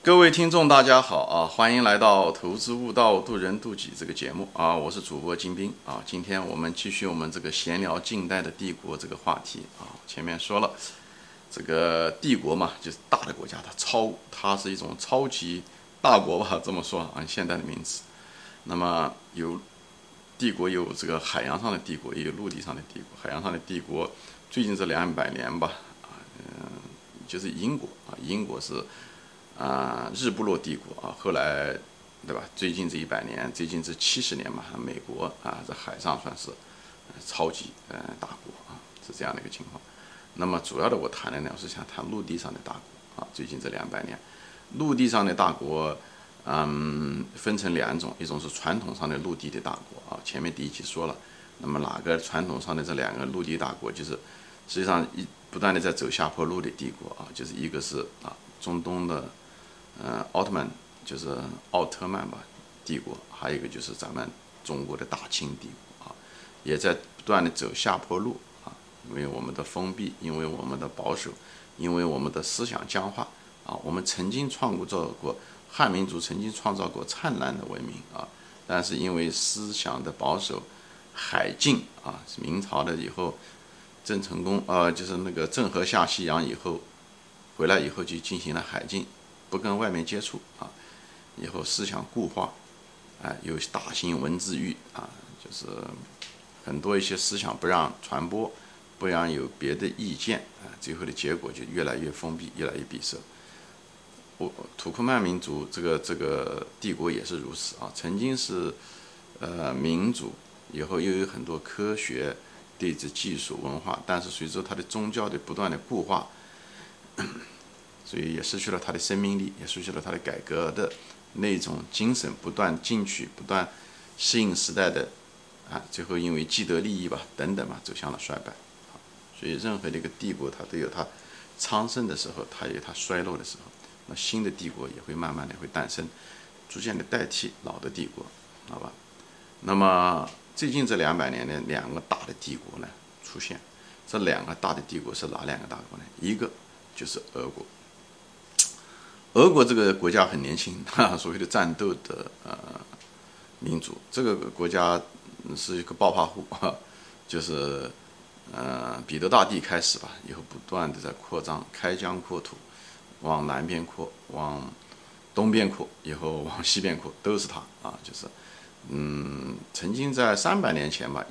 各位听众，大家好啊！欢迎来到《投资悟道，渡人渡己》这个节目啊！我是主播金兵啊！今天我们继续我们这个闲聊近代的帝国这个话题啊。前面说了，这个帝国嘛，就是大的国家，它是一种超级大国吧，这么说按现代的名词。那么帝国有这个海洋上的帝国，也有陆地上的帝国。海洋上的帝国，最近这200年吧，就是英国啊，英国是。日不落帝国啊，后来，对吧？最近这100年，最近这70年嘛，美国啊，在海上算是超级大国啊，是这样的一个情况。那么主要的我谈的呢，是想谈陆地上的大国啊。最近这200年，陆地上的大国，分成2种，一种是传统上的陆地的大国啊。前面第1集说了，那么哪个传统上的这2个陆地大国，就是实际上不断的在走下坡路的帝国啊，就是一个是中东的。奥特曼就是奥特曼吧，帝国，还有一个就是咱们中国的大清帝国啊，也在不断的走下坡路啊，因为我们的封闭，因为我们的保守，因为我们的思想僵化啊，我们曾经创造过汉民族曾经创造过灿烂的文明啊，但是因为思想的保守，海禁啊，明朝的以后，郑成功就是那个郑和下西洋以后，回来以后就进行了海禁。不跟外面接触啊，以后思想固化，有大型文字狱啊，就是很多一些思想不让传播，不让有别的意见啊，最后的结果就越来越封闭，越来越闭塞。土库曼民族这个帝国也是如此啊，曾经是民主，以后又有很多科学、对着技术、文化，但是随着它的宗教的不断的固化。所以也失去了它的生命力，也失去了它的改革的那种精神，不断进取，不断适应时代的最后因为既得利益吧等等嘛，走向了衰败。所以任何的一个帝国，它都有它昌盛的时候，它也有它衰落的时候。那新的帝国也会慢慢的会诞生，逐渐的代替老的帝国，好吧？那么最近这200年的2个大的帝国呢出现，这2个大的帝国是哪2个大国呢？一个就是俄国。俄国这个国家很年轻，所谓的战斗的民族，这个国家是一个暴发户，就是彼得大帝开始吧，以后不断的在扩张，开疆扩土，往南边扩，往东边扩，以后往西边扩，都是他啊，就是曾经在300年前吧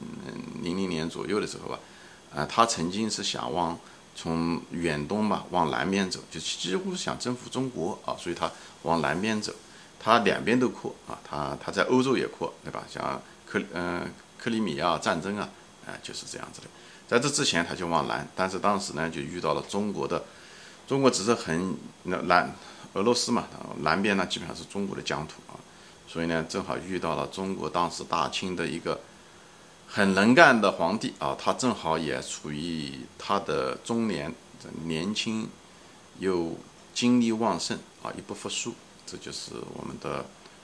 ，1700年左右的时候吧，他曾经是想从远东吧往南边走，就几乎是想征服中国啊，所以他往南边走，他2边都扩啊，他在欧洲也扩，对吧？像克里米亚战争啊，就是这样子的。在这之前他就往南，但是当时呢就遇到了中国只是很南俄罗斯嘛，南边呢基本上是中国的疆土啊，所以呢正好遇到了中国当时大清的一个。很能干的皇帝啊，他正好也处于他的中年，年轻又精力旺盛啊，也不服输，这就是我们的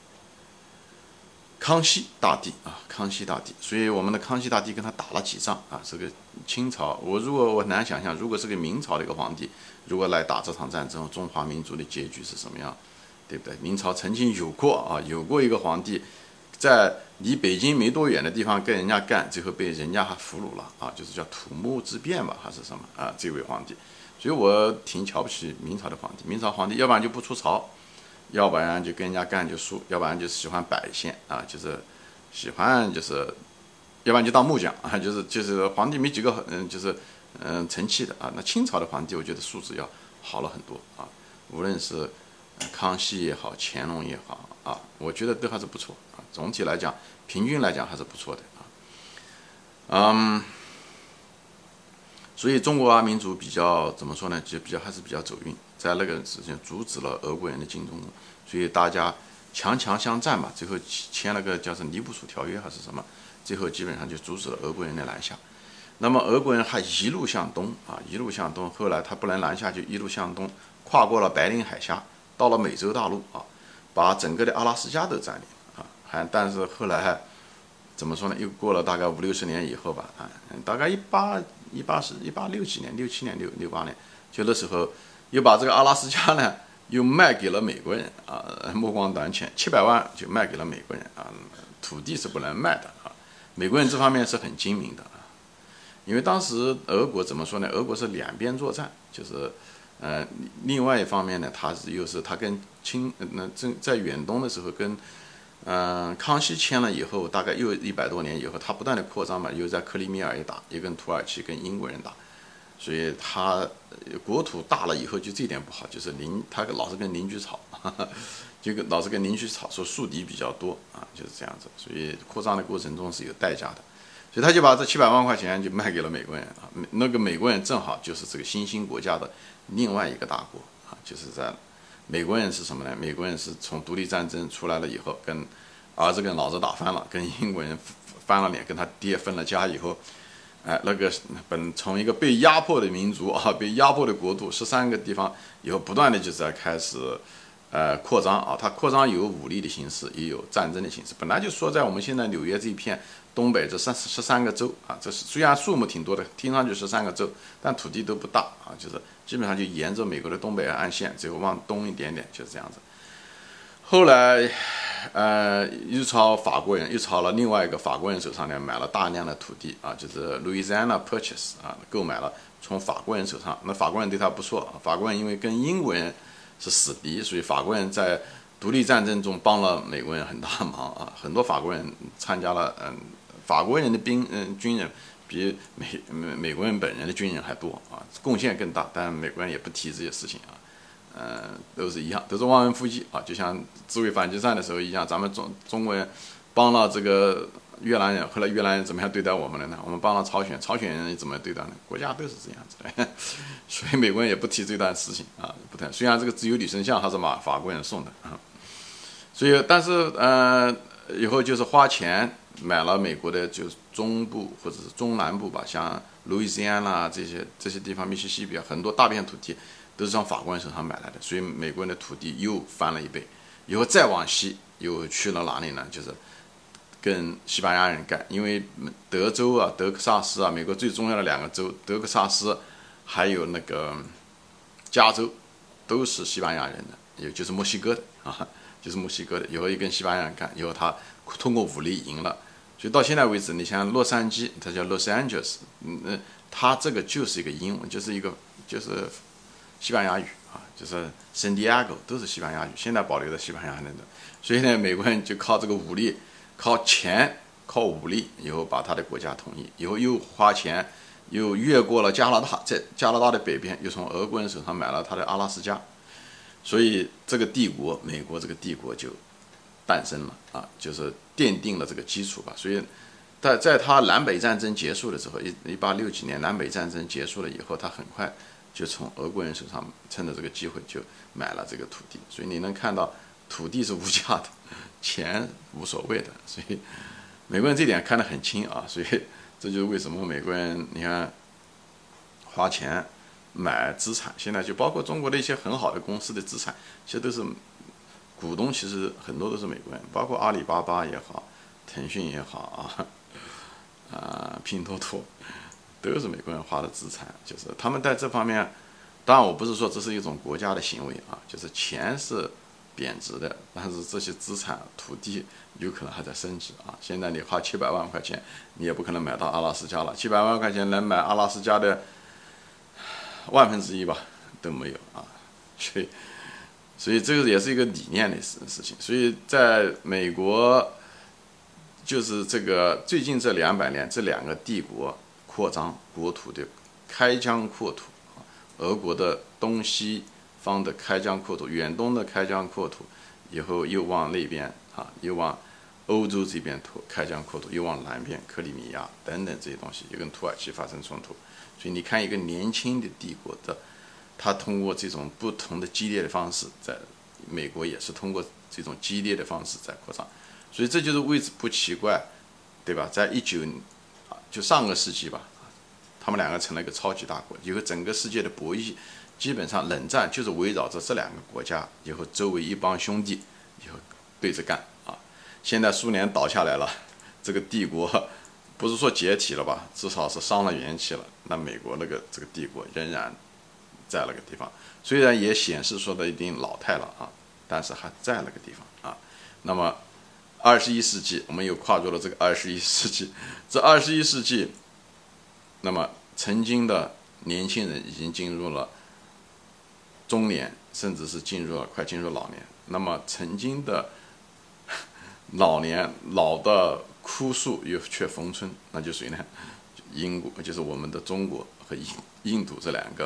康熙大帝啊，康熙大帝。所以我们的康熙大帝跟他打了几仗啊。这个清朝，我难想象，如果是个明朝的一个皇帝，如果来打这场战争，中华民族的结局是什么样，对不对？明朝曾经有过一个皇帝。在离北京没多远的地方跟人家干，最后被人家还俘虏了啊，就是叫土木之变吧，还是什么啊？这位皇帝，所以我挺瞧不起明朝的皇帝。明朝皇帝要不然就不出朝，要不然就跟人家干就输，要不然就喜欢摆线啊，就是喜欢要不然就当木匠啊，就是皇帝没几个成器的啊。那清朝的皇帝我觉得素质要好了很多啊，无论是康熙也好，乾隆也好啊，我觉得都还是不错啊。总体来讲，平均来讲还是不错的啊。所以中华民族比较怎么说呢？还是比较走运，在那个之前阻止了俄国人的进攻，所以大家强相战嘛，最后签了个叫做《尼布楚条约》还是什么，最后基本上就阻止了俄国人的南下。那么俄国人还一路向东啊，一路向东，后来他不能南下，就一路向东，跨过了白令海峡。到了美洲大陆啊，把整个的阿拉斯加都占领啊，但是后来怎么说呢？又过了大概50-60年以后吧，大概1860几年、67年、68年，就那时候又把这个阿拉斯加呢又卖给了美国人啊，目光短浅，700万就卖给了美国人啊，土地是不能卖的啊。美国人这方面是很精明的啊，因为当时俄国怎么说呢？俄国是两边作战，就是另外一方面呢，又是他跟在远东的时候跟康熙签了以后，大概又100多年以后，他不断的扩张嘛，又在克里米尔也打，又跟土耳其、跟英国人打，所以他国土大了以后，就这点不好，就是他老是跟邻居吵，老是跟邻居吵，说树敌比较多啊，就是这样子，所以扩张的过程中是有代价的，所以他就把这700万块钱就卖给了美国人啊，那个美国人正好就是这个新兴国家的另外一个大国啊，就是在。美国人是什么呢？美国人是从独立战争出来了以后，跟儿子跟老子打翻了，跟英国人翻了脸，跟他爹分了家以后，那个从一个被压迫的民族啊，被压迫的国度，13个地方以后，不断的就在开始扩张啊。它扩张有武力的形式，也有战争的形式。本来就说在我们现在纽约这一片东北这13个州啊，这是虽然数目挺多的，听上去13个州，但土地都不大啊，就是基本上就沿着美国的东北岸线，只有往东一点点，就是这样子。后来，又朝法国人，又朝了另外一个法国人手上呢买了大量的土地啊，就是 Louisiana Purchase 啊，购买了从法国人手上。那法国人对他不错，法国人因为跟英国人是死敌，所以法国人在独立战争中帮了美国人很大忙啊，很多法国人参加了，法国人的军人比美国人本人的军人还多啊，贡献更大，但美国人也不提这些事情啊。都是一样，都是忘恩负义啊，就像自卫反击战的时候一样，咱们中国人帮了这个越南人，后来越南人怎么样对待我们了呢？我们帮了朝鲜人怎么对待呢？国家都是这样子的，所以美国人也不提这段事情啊，不谈。虽然这个自由女神像还是法国人送的啊，所以但是以后就是花钱买了美国的就中部或者是中南部吧，像路易斯安那这些地方，密西西比很多大片土地。都是从法国人手上买来的，所以美国人的土地又翻了一倍。以后再往西又去了哪里呢？就是跟西班牙人干，因为德州啊、德克萨斯啊，美国最重要的2个州，德克萨斯还有那个加州，都是西班牙人的，也就是墨西哥的啊，就是墨西哥的。以后又跟西班牙人干，以后他通过武力赢了，所以到现在为止，你像洛杉矶，它叫 Los Angeles，它这个就是一个英文，就是西班牙语啊，就是 San Diego 都是西班牙语，现在保留的西班牙人的，所以呢，美国人就靠这个武力、靠钱、靠武力，以后把他的国家统一，以后又花钱，又越过了加拿大，在加拿大的北边，又从俄国人手上买了他的阿拉斯加，所以这个帝国，美国这个帝国就诞生了啊，就是奠定了这个基础吧。所以在他南北战争结束的时候，1860几年南北战争结束了以后，他很快就从俄国人手上趁着这个机会就买了这个土地，所以你能看到土地是无价的，钱无所谓的，所以美国人这点看得很清啊，所以这就是为什么美国人你看花钱买资产，现在就包括中国的一些很好的公司的资产，其实都是股东，其实很多都是美国人，包括阿里巴巴也好，腾讯也好拼多多。都是美国人花的资产，就是他们在这方面，当然我不是说这是一种国家的行为啊，就是钱是贬值的，但是这些资产土地有可能还在升值啊。现在你花700万块钱，你也不可能买到阿拉斯加了，700万块钱能买阿拉斯加的1/1000吧都没有啊，所以这个也是一个理念的事情。所以在美国，就是这个最近这200年，这2个帝国扩张国土的开疆扩土啊，俄国的东西方的开疆扩土，远东的开疆扩土，以后又往那边啊，又往欧洲这边开疆扩土，又往南边克里米亚等等这些东西，又跟土耳其发生冲突。所以你看，一个年轻的帝国的，他通过这种不同的激烈的方式，在美国也是通过这种激烈的方式在扩张。所以这就是为之不奇怪，对吧？在就上个世纪吧，他们2个成了一个超级大国，以后整个世界的博弈，基本上冷战就是围绕着这2个国家，以后周围一帮兄弟，以后对着干啊。现在苏联倒下来了，这个帝国不是说解体了吧，至少是伤了元气了。那美国这个帝国仍然在那个地方，虽然也显示说的已经老态了啊，但是还在那个地方啊。那么21世纪，我们又跨入了这个21世纪，这21世纪，那么曾经的年轻人已经进入了中年，甚至是快进入老年。那么曾经的老的枯树又却逢春，那就属于呢英国，就是我们的中国和印度这两个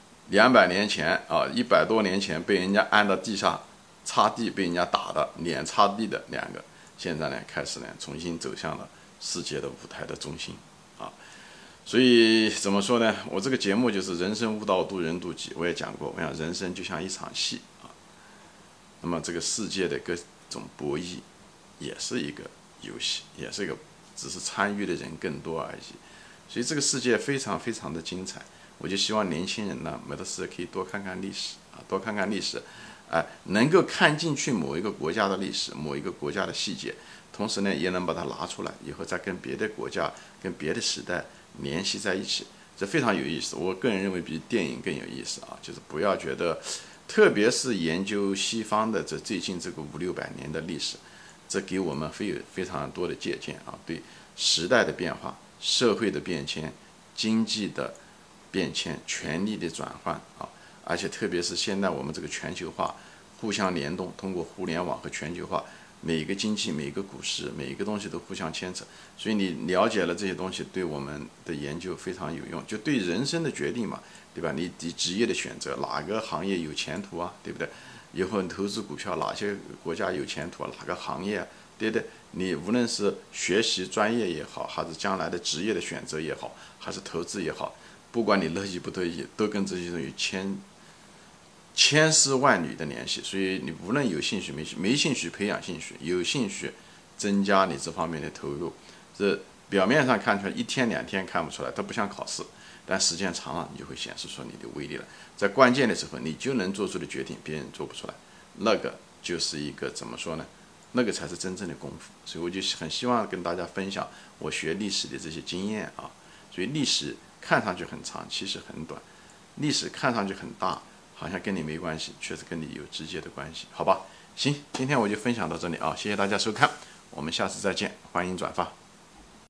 200年前啊100多年前被人家按到地上擦地被人家打的脸擦地的两个，现在呢开始呢重新走向了世界的舞台的中心啊。所以怎么说呢？我这个节目就是人生悟道，渡人渡己。我也讲过，我想人生就像一场戏啊。那么这个世界的各种博弈，也是一个游戏，也是一个，只是参与的人更多而已。所以这个世界非常非常的精彩。我就希望年轻人呢，没得事可以多看看历史啊，多看看历史，能够看进去某一个国家的历史，某一个国家的细节，同时呢，也能把它拿出来，以后再跟别的国家、跟别的时代联系在一起，这非常有意思。我个人认为比电影更有意思啊，就是不要觉得，特别是研究西方的最近这个500-600年的历史，这给我们非常多的借鉴啊，对时代的变化、社会的变迁、经济的变迁、权力的转换啊，而且特别是现在我们这个全球化互相联动，通过互联网和全球化。每一个经济、每一个股市、每一个东西都互相牵扯，所以你了解了这些东西，对我们的研究非常有用，就对人生的决定嘛，对吧？你职业的选择，哪个行业有前途啊，对不对？以后你投资股票，哪些国家有前途啊？哪个行业啊？对不对？你无论是学习专业也好，还是将来的职业的选择也好，还是投资也好，不管你乐意不乐意，都跟这些东西千丝万缕的联系，所以你无论有兴趣没兴趣培养兴趣，有兴趣增加你这方面的投入。这表面上看出来1天2天看不出来，它不像考试，但时间长了你就会显示出你的威力了。在关键的时候，你就能做出的决定别人做不出来，那个就是一个怎么说呢？那个才是真正的功夫。所以我就很希望跟大家分享我学历史的这些经验啊。所以历史看上去很长，其实很短；历史看上去很大，好像跟你没关系，确实跟你有直接的关系，好吧？行，今天我就分享到这里啊，谢谢大家收看，我们下次再见，欢迎转发。